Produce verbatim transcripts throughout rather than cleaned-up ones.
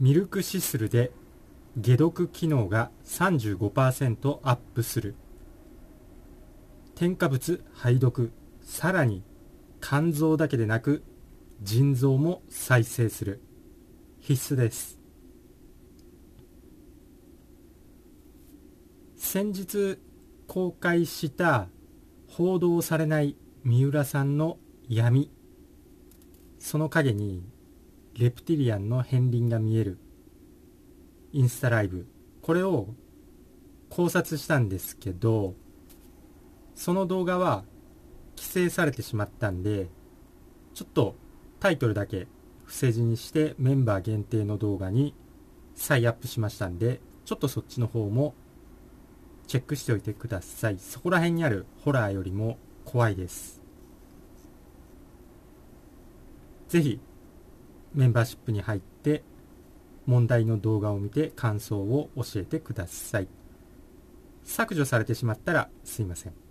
ミルクシスルで解毒機能が さんじゅうごパーセント アップする。添加物排毒、さらに肝臓だけでなく腎臓も再生する。必須です。先日公開した報道されない三浦さんの闇、その影にレプティリアンの片鱗が見えるインスタライブ、これを考察したんですけど、その動画は規制されてしまったんで、ちょっとタイトルだけ伏せ字にしてメンバー限定の動画に再アップしましたんで、ちょっとそっちの方もチェックしておいてください。そこら辺にあるホラーよりも怖いです。ぜひメンバーシップに入って問題の動画を見て感想を教えてください。削除されてしまったらすいません。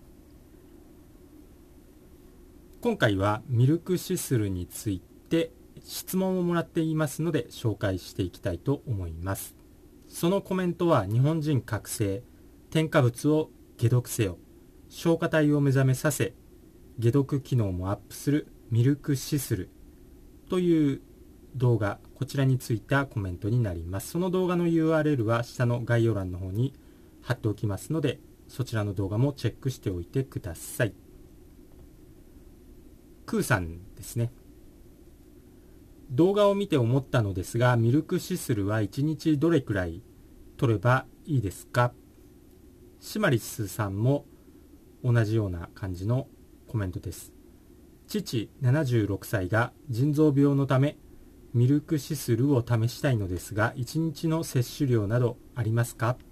今回はミルクシスルについて質問をもらっていますので紹介していきたいと思います。そのコメントは、日本人覚醒、添加物を解毒せよ、消化体を目覚めさせ解毒機能もアップするミルクシスルという動画、こちらについたコメントになります。その動画の ユーアールエル は下の概要欄の方に貼っておきますので、そちらの動画もチェックしておいてください。クーさんですね。動画を見て思ったのですが、ミルクシスルはいちにちどれくらい取ればいいですか？シマリスさんも同じような感じのコメントです。父ななじゅうろくさいが腎臓病のためミルクシスルを試したいのですが、いちにちの摂取量などありますか？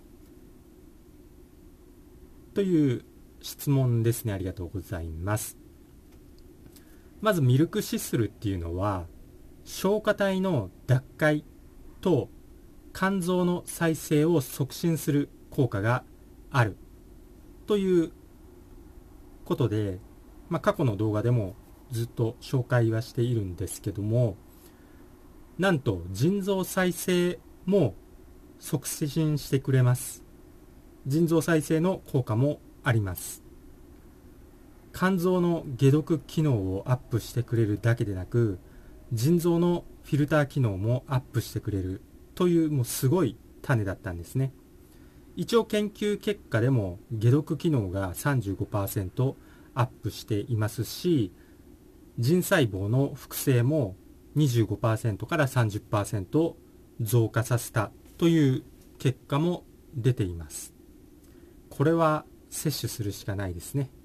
という質問ですね。ありがとうございます。まずミルクシスルっていうのは、消化体の脱解と肝臓の再生を促進する効果があるということで、まあ、過去の動画でもずっと紹介はしているんですけども、なんと腎臓再生も促進してくれます。腎臓再生の効果もあります。肝臓の解毒機能をアップしてくれるだけでなく、腎臓のフィルター機能もアップしてくれるという、もうすごい種だったんですね。一応研究結果でも解毒機能が さんじゅうごパーセント アップしていますし、腎細胞の複製も にじゅうごパーセント から さんじゅっパーセント 増加させたという結果も出ています。これは摂取するしかないですね。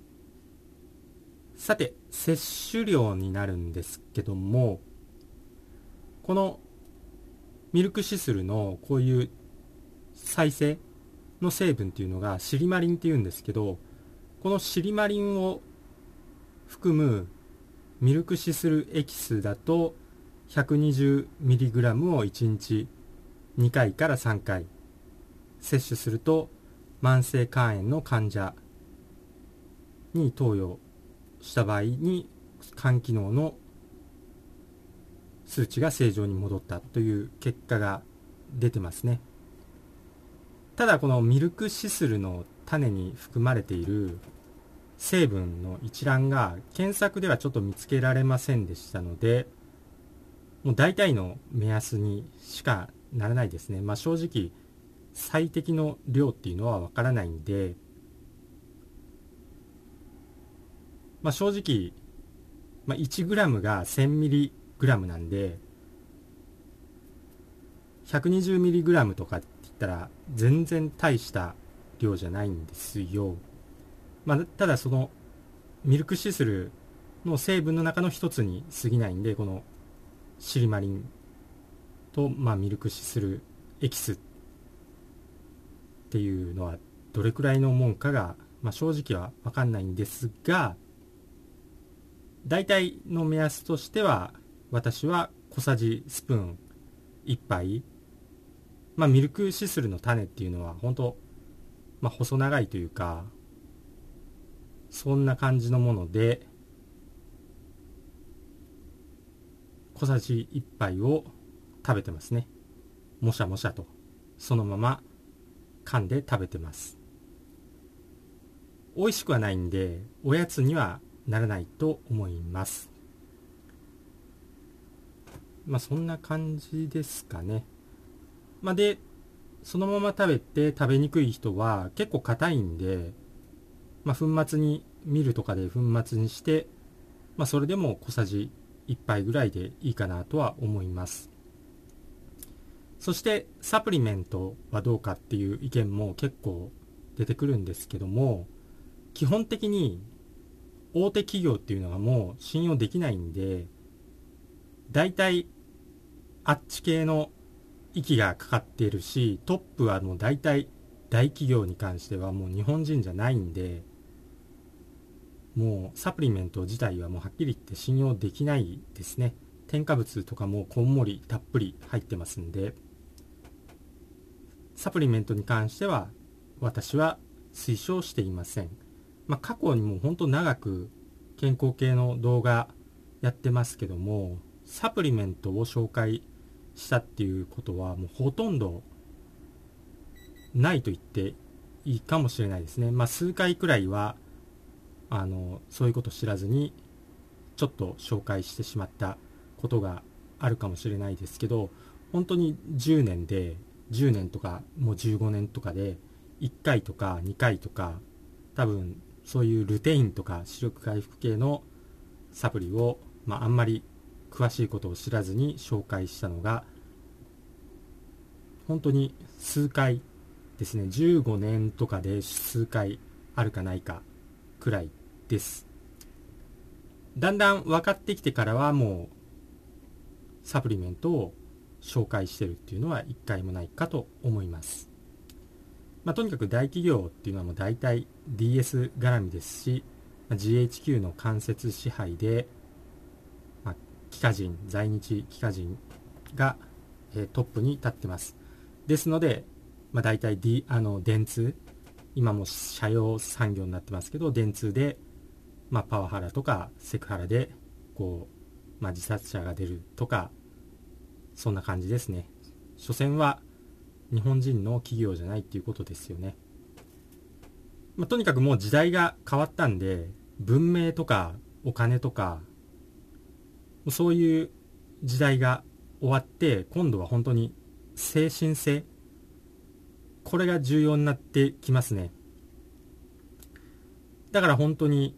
さて、摂取量になるんですけども、このミルクシスルのこういう再生の成分っていうのがシリマリンっていうんですけど、このシリマリンを含むミルクシスルエキスだと ひゃくにじゅうミリグラム をいちにちにかいからさんかい摂取すると、慢性肝炎の患者に投与した場合に肝機能の数値が正常に戻ったという結果が出てますね。ただこのミルクシスルの種に含まれている成分の一覧が検索ではちょっと見つけられませんでしたので、もう大体の目安にしかならないですね。まあ正直最適の量っていうのはわからないんで、まあ正直、まあ、いちグラムが せんミリグラム なんで、ひゃくにじゅうミリグラム とかって言ったら全然大した量じゃないんですよ。まあ、ただそのミルクシスルの成分の中の一つに過ぎないんで、このシリマリンと、まあ、ミルクシスルエキスっていうのはどれくらいのもんかが、まあ、正直は分かんないんですが、大体の目安としては私は小さじスプーンいっぱい、まあ、ミルクシスルの種っていうのは本当、まあ、細長いというかそんな感じのもので、小さじいっぱいを食べてますね。 もしゃもしゃとそのまま噛んで食べてます。美味しくはないんでおやつにはならないと思います。まあそんな感じですかね。まあでそのまま食べて食べにくい人は結構硬いんで、まあ粉末にミルとかで粉末にして、まあそれでも小さじいっぱいぐらいでいいかなとは思います。そしてサプリメントはどうかっていう意見も結構出てくるんですけども、基本的に大手企業っていうのはもう信用できないんで、大体あっち系の息がかかっているし、トップはもう大体大企業に関してはもう日本人じゃないんで、もうサプリメント自体はもうはっきり言って信用できないですね。添加物とかもこんもりたっぷり入ってますんで、サプリメントに関しては私は推奨していません。まあ、過去にも本当長く健康系の動画やってますけども、サプリメントを紹介したっていうことはもうほとんどないと言っていいかもしれないですね。まあ数回くらいはあのそういうこと知らずにちょっと紹介してしまったことがあるかもしれないですけど、本当にじゅうねんでじゅうねんとかもうじゅうごねんとかでいっかいとかにかいとか、多分そういうルテインとか視力回復系のサプリを、まあ、あんまり詳しいことを知らずに紹介したのが本当に数回ですね。じゅうごねんとかで数回あるかないかくらいです。だんだん分かってきてからはもうサプリメントを紹介してるっていうのは一回もないかと思います。まあ、とにかく大企業っていうのはもう大体 ディーエス 絡みですし、ジーエイチキュー の間接支配で、まあ、帰化人、在日帰化人が、えートップに立ってます。ですので、まあ、大体、D、あの電通、今も社用産業になってますけど、電通で、まあ、パワハラとかセクハラでこう、まあ、自殺者が出るとか、そんな感じですね。所詮は日本人の企業じゃないっていうことですよね。まあ、とにかくもう時代が変わったんで、文明とかお金とかそういう時代が終わって、今度は本当に精神性、これが重要になってきますね。だから本当に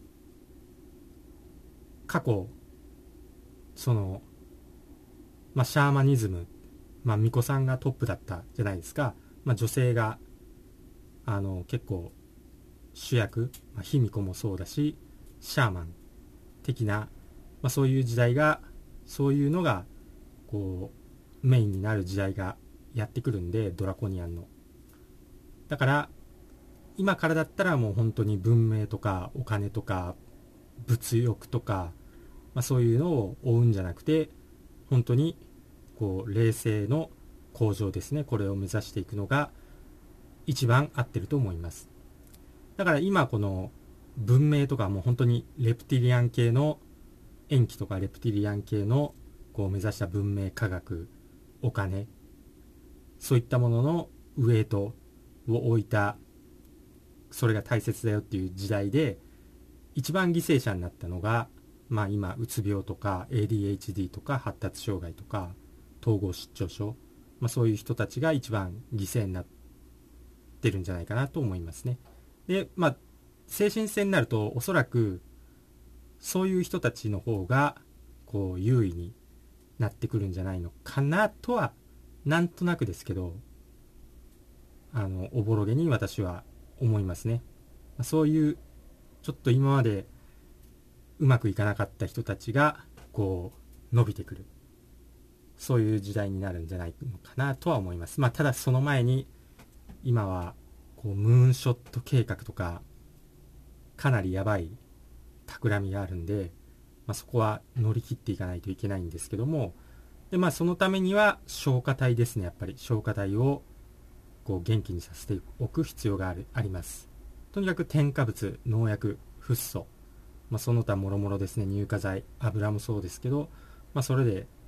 過去その、まあ、シャーマニズム、まあ、巫女さんがトップだったじゃないですか。まあ、女性があの結構主役、まあ、卑弥呼もそうだし、シャーマン的な、まあ、そういう時代が、そういうのがこうメインになる時代がやってくるんで、ドラコニアンの。だから今からだったらもう本当に文明とかお金とか物欲とか、まあ、そういうのを追うんじゃなくて、本当にこう冷静の向上ですね、これを目指していくのが一番合ってると思います。だから今この文明とかもう本当にレプティリアン系の、塩基とかレプティリアン系のこう目指した文明、科学、お金、そういったもののウエイトを置いた、それが大切だよっていう時代で、一番犠牲者になったのが、まあ今うつ病とか エーディーエイチディー とか発達障害とか統合失調症、まあ、そういう人たちが一番犠牲になってるんじゃないかなと思いますね。で、まあ精神性になるとおそらくそういう人たちの方がこう優位になってくるんじゃないのかなとは、なんとなくですけど、あのおぼろげに私は思いますね。そういうちょっと今までうまくいかなかった人たちがこう伸びてくる、そういう時代になるんじゃないのかなとは思います。まあただその前に今はこうムーンショット計画とかかなりやばい企みがあるんで、まあ、そこは乗り切っていかないといけないんですけども、でまあそのためには消化体ですね。やっぱり消化体をこう元気にさせておく必要があるあります。とにかく添加物、農薬、フッ素、まあ、その他もろもろですね、乳化剤、油もそうですけど、まあ、それで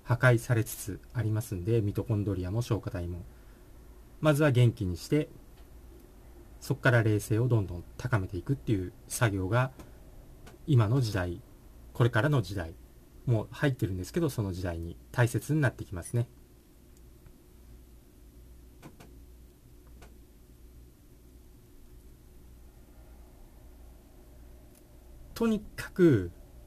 破壊されつつありますんで、ミトコンドリアも消化体もまずは元気にして、そこから冷静をどんどん高めていくっていう作業が今の時代、これからの時代もう入ってるんですけど、その時代に大切になってきますね。とにかく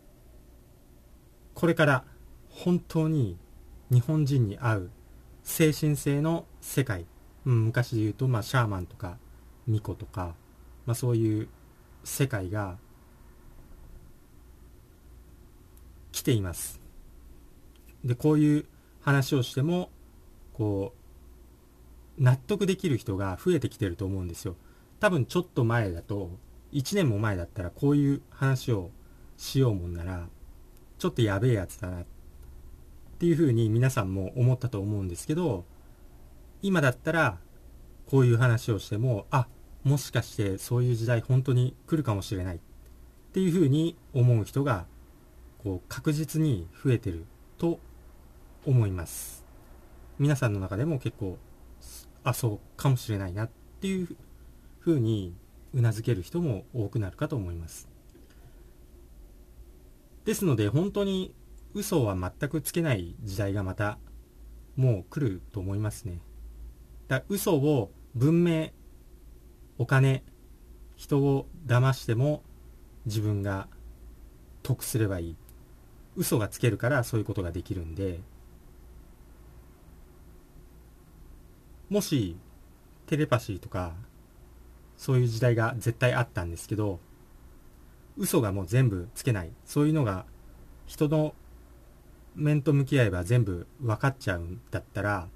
これから本当に日本人に合う精神性の世界、うん、昔で言うと、まあ、シャーマンとか巫女とか、まあ、そういう世界が来ています。でこういう話をしてもこう納得できる人が増えてきてると思うんですよ。多分ちょっと前だといちねんも前だったらこういう話をしようもんならちょっとやべえやつだなっていうふうに皆さんも思ったと思うんですけど、今だったらこういう話をしても、あ、もしかしてそういう時代本当に来るかもしれないっていうふうに思う人がこう確実に増えてると思います。皆さんの中でも結構、あ、そうかもしれないなっていうふうにうなずける人も多くなるかと思います。ですので本当に嘘は全くつけない時代がまたもう来ると思いますね。だから嘘を文明、お金、人を騙しても自分が得すればいい。嘘がつけるからそういうことができるんで、もしテレパシーとかそういう時代が絶対あったんですけど、嘘がもう全部つけない、そういうのが人の面と向き合えば全部分かっちゃうんだったら、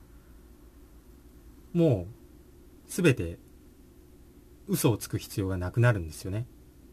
もうすべて嘘をつく必要がなくなるんですよね。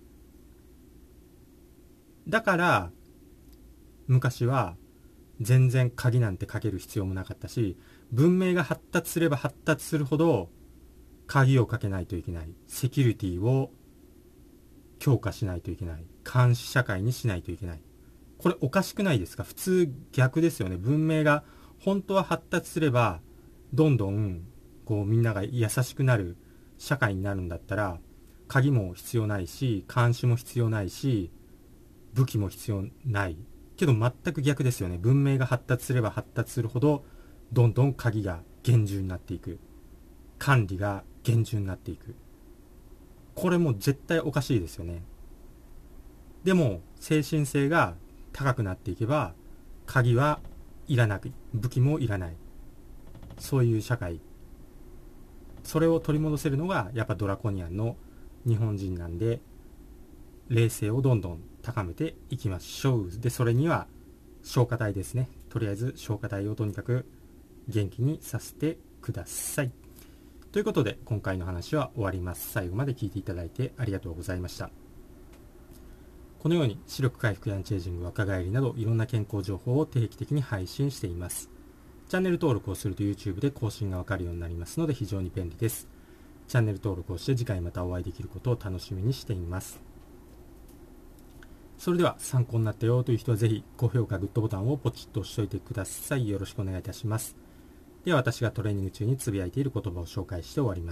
だから昔は全然鍵なんてかける必要もなかったし、文明が発達すれば発達するほど鍵をかけないといけない、セキュリティを強化しないといけない、監視社会にしないといけない。これおかしくないですか？普通逆ですよね。文明が本当は発達すればどんどんこうみんなが優しくなる社会になるんだったら、鍵も必要ないし、監視も必要ないし、武器も必要ないけど、全く逆ですよね。文明が発達すれば発達するほどどんどん鍵が厳重になっていく、管理が厳重になっていく。これも絶対おかしいですよね。でも精神性が高くなっていけば鍵はいらなく、武器もいらない、そういう社会、それを取り戻せるのがやっぱドラコニアンの日本人なんで、冷静をどんどん高めていきましょう。でそれには消化体ですね。とりあえず消化体をとにかく元気にさせてください。ということで今回の話は終わります。最後まで聞いていただいてありがとうございました。このように視力回復やアンチエイジング、若返りなどいろんな健康情報を定期的に配信しています。チャンネル登録をすると YouTube で更新がわかるようになりますので非常に便利です。チャンネル登録をして次回またお会いできることを楽しみにしています。それでは参考になったよという人はぜひ高評価、グッドボタンをポチッと押しておいてください。よろしくお願いいたします。では私がトレーニング中につぶやいている言葉を紹介して終わります。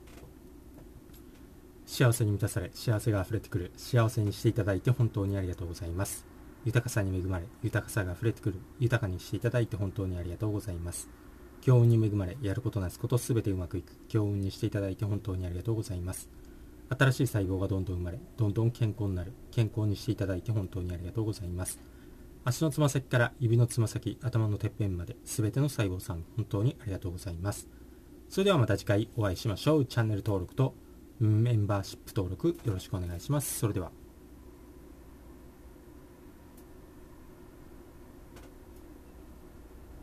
幸せに満たされ、幸せが溢れてくる、幸せにしていただいて本当にありがとうございます。豊かさに恵まれ、豊かさが溢れてくる、豊かにしていただいて本当にありがとうございます。強運に恵まれ、やることなすことすべてうまくいく、強運にしていただいて本当にありがとうございます。新しい細胞がどんどん生まれ、どんどん健康になる、健康にしていただいて本当にありがとうございます。足のつま先から指のつま先、頭のてっぺんまで、すべての細胞さん、本当にありがとうございます。それではまた次回お会いしましょう。チャンネル登録とメンバーシップ登録よろしくお願いします。それでは。